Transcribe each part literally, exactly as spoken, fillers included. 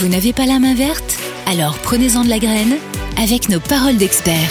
Vous n'avez pas la main verte ? Alors prenez-en de la graine avec nos paroles d'experts.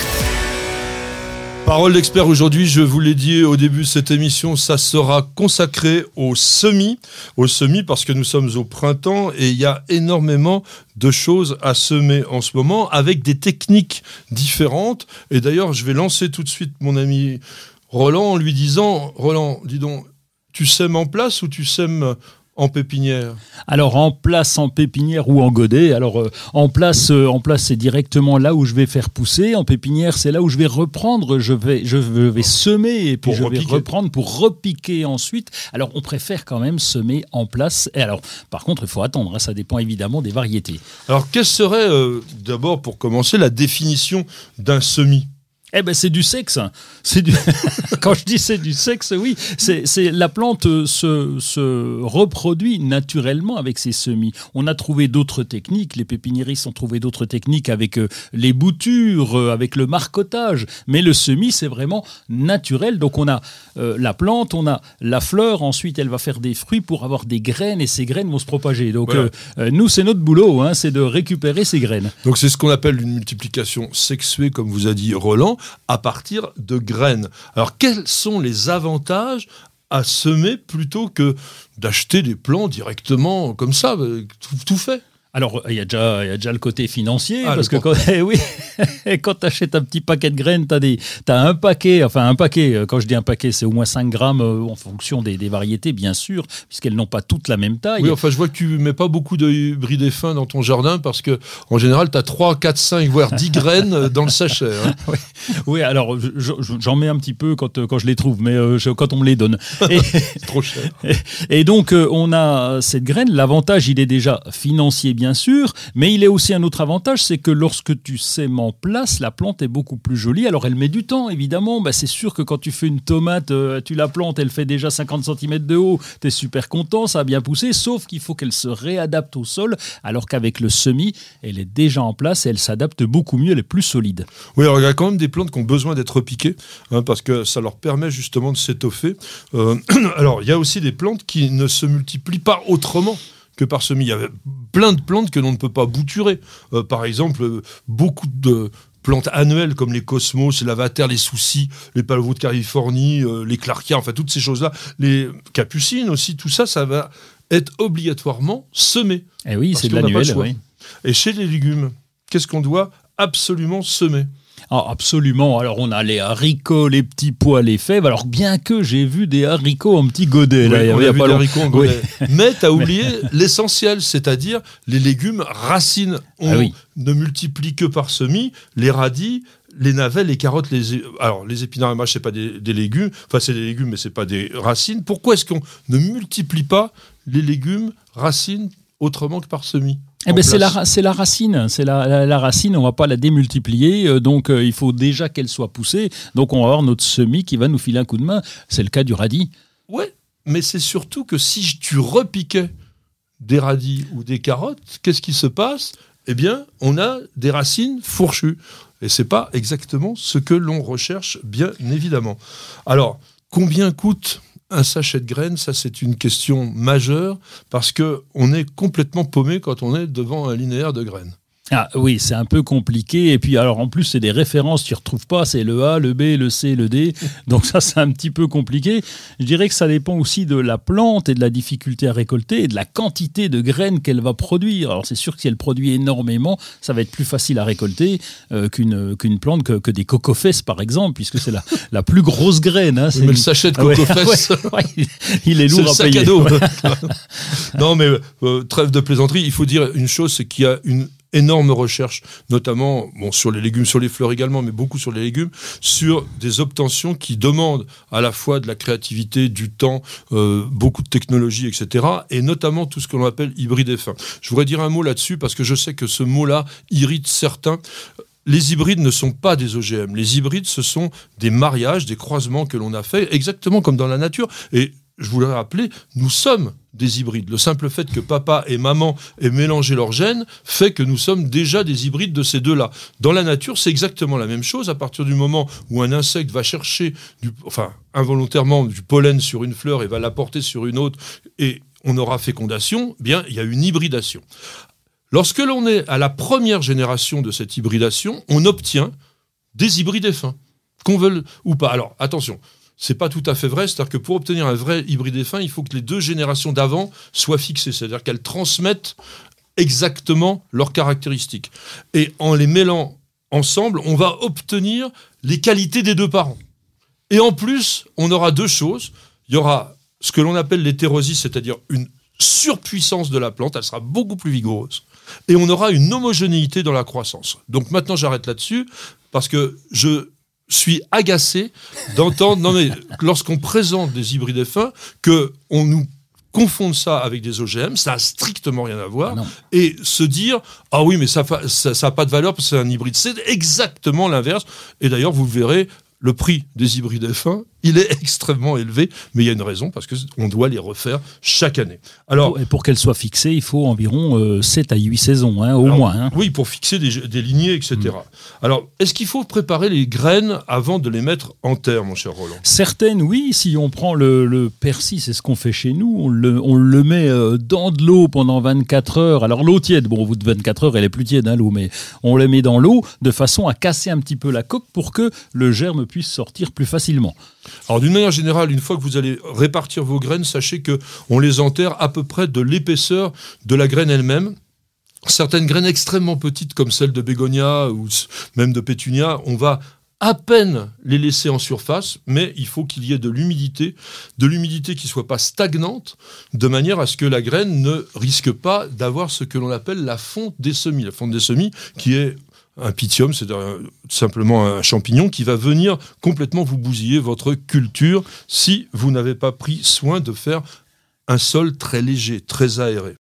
Parole d'expert aujourd'hui, je vous l'ai dit au début de cette émission, ça sera consacré au semis, au semis parce que nous sommes au printemps et il y a énormément de choses à semer en ce moment avec des techniques différentes. Et d'ailleurs, je vais lancer tout de suite mon ami Roland en lui disant, Roland, dis donc, tu sèmes en place ou tu sèmes en pépinière ? Alors en place, en pépinière ou en godet. Alors euh, en place, euh, en place, c'est directement là où je vais faire pousser. En pépinière, c'est là où je vais reprendre. Je vais, je vais semer et puis Pour je repiquer. vais reprendre pour repiquer ensuite. Alors on préfère quand même semer en place. Et alors, par contre, il faut attendre. Hein, ça dépend évidemment des variétés. Alors, quelle serait euh, d'abord, pour commencer, la définition d'un semis ? Eh ben c'est du sexe. C'est du... Quand je dis c'est du sexe, oui, c'est, c'est la plante se, se reproduit naturellement avec ses semis. On a trouvé d'autres techniques. Les pépiniéristes ont trouvé d'autres techniques avec euh, les boutures, euh, avec le marcottage. Mais le semis, c'est vraiment naturel. Donc on a euh, la plante, on a la fleur. Ensuite, elle va faire des fruits pour avoir des graines et ces graines vont se propager. Donc voilà. euh, euh, nous, c'est notre boulot, hein, c'est de récupérer ces graines. Donc c'est ce qu'on appelle une multiplication sexuée, comme vous a dit Roland, à partir de graines. Alors, quels sont les avantages à semer plutôt que d'acheter des plants directement comme ça, tout, tout fait ? Alors, il y a déjà, il y a déjà le côté financier, Ah, parce que quand, eh oui, quand tu achètes un petit paquet de graines, tu as des, t'as un paquet, enfin un paquet, quand je dis un paquet, c'est au moins cinq grammes euh, en fonction des, des variétés, bien sûr, puisqu'elles n'ont pas toutes la même taille. Oui, enfin, je vois que tu mets pas beaucoup de hybrides fins dans ton jardin, parce que en général, tu as trois, quatre, cinq, voire dix graines dans le sachet. Hein. Oui. oui, alors je, je, j'en mets un petit peu quand, quand je les trouve, mais euh, je, quand on me les donne. Et, c'est trop cher. Et, et donc, euh, on a cette graine. L'avantage, il est déjà financier, bien sûr, mais il est aussi un autre avantage, c'est que lorsque tu sèmes en place, la plante est beaucoup plus jolie. Alors, elle met du temps, évidemment. Bah, c'est sûr que quand tu fais une tomate, euh, tu la plantes, elle fait déjà cinquante centimètres de haut. Tu es super content, ça a bien poussé, sauf qu'il faut qu'elle se réadapte au sol, alors qu'avec le semis, elle est déjà en place et elle s'adapte beaucoup mieux, elle est plus solide. Oui, alors il y a quand même des plantes qui ont besoin d'être repiquées, hein, parce que ça leur permet justement de s'étoffer. Euh, alors, il y a aussi des plantes qui ne se multiplient pas autrement que par semis. Il y a plein de plantes que l'on ne peut pas bouturer. Euh, par exemple, beaucoup de plantes annuelles comme les cosmos, les lavataires, les soucis, les palavos de Californie, euh, les clarkias, enfin toutes ces choses-là, les capucines aussi, tout ça, ça va être obligatoirement semé. Eh oui, c'est de qu'on n'a pas le l'annuel, choix. oui. Et chez les légumes, qu'est-ce qu'on doit absolument semer ? Ah, absolument. Alors, on a les haricots, les petits pois, les fèves. Alors, bien que j'ai vu des haricots en petits godets. Oui, là, il y on avait a vu pas des long- haricots en Oui. godet. Mais tu as oublié l'essentiel, c'est-à-dire les légumes racines. On Ah oui. ne multiplie que par semis, les radis, les navets, les carottes, les é- alors les épinards et mâches, c'est pas des, des légumes, enfin c'est des légumes mais c'est pas des racines. Pourquoi est-ce qu'on ne multiplie pas les légumes racines autrement que par semis ? Eh en ben c'est la, place ra- c'est la racine, c'est la, la, la racine, on va pas la démultiplier, euh, donc euh, il faut déjà qu'elle soit poussée, donc on va avoir notre semis qui va nous filer un coup de main, c'est le cas du radis. Ouais, mais c'est surtout que si tu repiquais des radis ou des carottes, qu'est-ce qui se passe ? Eh bien, on a des racines fourchues. Et c'est pas exactement ce que l'on recherche, bien évidemment. Alors, combien coûte un sachet de graines ? Ça, c'est une question majeure, parce qu'on est complètement paumé quand on est devant un linéaire de graines. Ah oui, c'est un peu compliqué, et puis alors en plus c'est des références, tu ne retrouves pas, c'est le A, le B, le C, le D, donc ça c'est un petit peu compliqué. Je dirais que ça dépend aussi de la plante et de la difficulté à récolter et de la quantité de graines qu'elle va produire. Alors c'est sûr que si elle produit énormément, ça va être plus facile à récolter euh, qu'une, qu'une plante, que, que des cocofesses par exemple, puisque c'est la, la plus grosse graine. Hein, Oui, mais le sachet de Ah ouais, cocofesses, ouais, ouais, il est c'est lourd le à sac payer. à dos. Non, mais euh, trêve de plaisanterie, il faut dire une chose, c'est qu'il y a une énorme recherche, notamment bon, sur les légumes, sur les fleurs également, mais beaucoup sur les légumes, sur des obtentions qui demandent à la fois de la créativité, du temps, euh, beaucoup de technologie, et cetera, et notamment tout ce que l'on appelle hybride fin. Je voudrais dire un mot là-dessus, parce que je sais que ce mot-là irrite certains. Les hybrides ne sont pas des O G M. Les hybrides, ce sont des mariages, des croisements que l'on a faits, exactement comme dans la nature. Et je voulais rappeler, nous sommes des hybrides. Le simple fait que papa et maman aient mélangé leurs gènes fait que nous sommes déjà des hybrides de ces deux-là. Dans la nature, c'est exactement la même chose. À partir du moment où un insecte va chercher, du, enfin, involontairement, du pollen sur une fleur et va l'apporter sur une autre, et on aura fécondation, eh bien, il y a une hybridation. Lorsque l'on est à la première génération de cette hybridation, on obtient des hybridés fins, qu'on veuille ou pas. Alors, attention, c'est pas tout à fait vrai, c'est-à-dire que pour obtenir un vrai hybridé fin, il faut que les deux générations d'avant soient fixées, c'est-à-dire qu'elles transmettent exactement leurs caractéristiques. Et en les mêlant ensemble, on va obtenir les qualités des deux parents. Et en plus, on aura deux choses. Il y aura ce que l'on appelle l'hétérosis, c'est-à-dire une surpuissance de la plante, elle sera beaucoup plus vigoureuse. Et on aura une homogénéité dans la croissance. Donc maintenant, j'arrête là-dessus, parce que je suis agacé d'entendre, non mais, lorsqu'on présente des hybridés fins, qu'on nous confonde ça avec des O G M, ça n'a strictement rien à voir, non. Et se dire « Ah oui, mais ça n'a ça, ça pas de valeur parce que c'est un hybride ». C'est exactement l'inverse. Et d'ailleurs, vous verrez, le prix des hybridés fins, il est extrêmement élevé, mais il y a une raison, parce qu'on doit les refaire chaque année. Alors, et pour qu'elles soient fixées, il faut environ euh, sept à huit saisons, hein, au alors, moins. Hein. Oui, pour fixer des, des lignées, et cetera. Mmh. Alors, est-ce qu'il faut préparer les graines avant de les mettre en terre, mon cher Roland ? Certaines, oui. Si on prend le, le persil, c'est ce qu'on fait chez nous, on le, on le met euh, dans de l'eau pendant vingt-quatre heures. Alors, l'eau tiède, bon, au bout de vingt-quatre heures, elle est plus tiède, hein, l'eau, mais on le met dans l'eau de façon à casser un petit peu la coque pour que le germe puisse sortir plus facilement. Alors, d'une manière générale, une fois que vous allez répartir vos graines, sachez qu'on les enterre à peu près de l'épaisseur de la graine elle-même. Certaines graines extrêmement petites, comme celles de bégonia ou même de pétunia, on va à peine les laisser en surface, mais il faut qu'il y ait de l'humidité, de l'humidité qui ne soit pas stagnante, de manière à ce que la graine ne risque pas d'avoir ce que l'on appelle la fonte des semis. La fonte des semis qui est un pythium, c'est simplement un champignon qui va venir complètement vous bousiller votre culture si vous n'avez pas pris soin de faire un sol très léger, très aéré.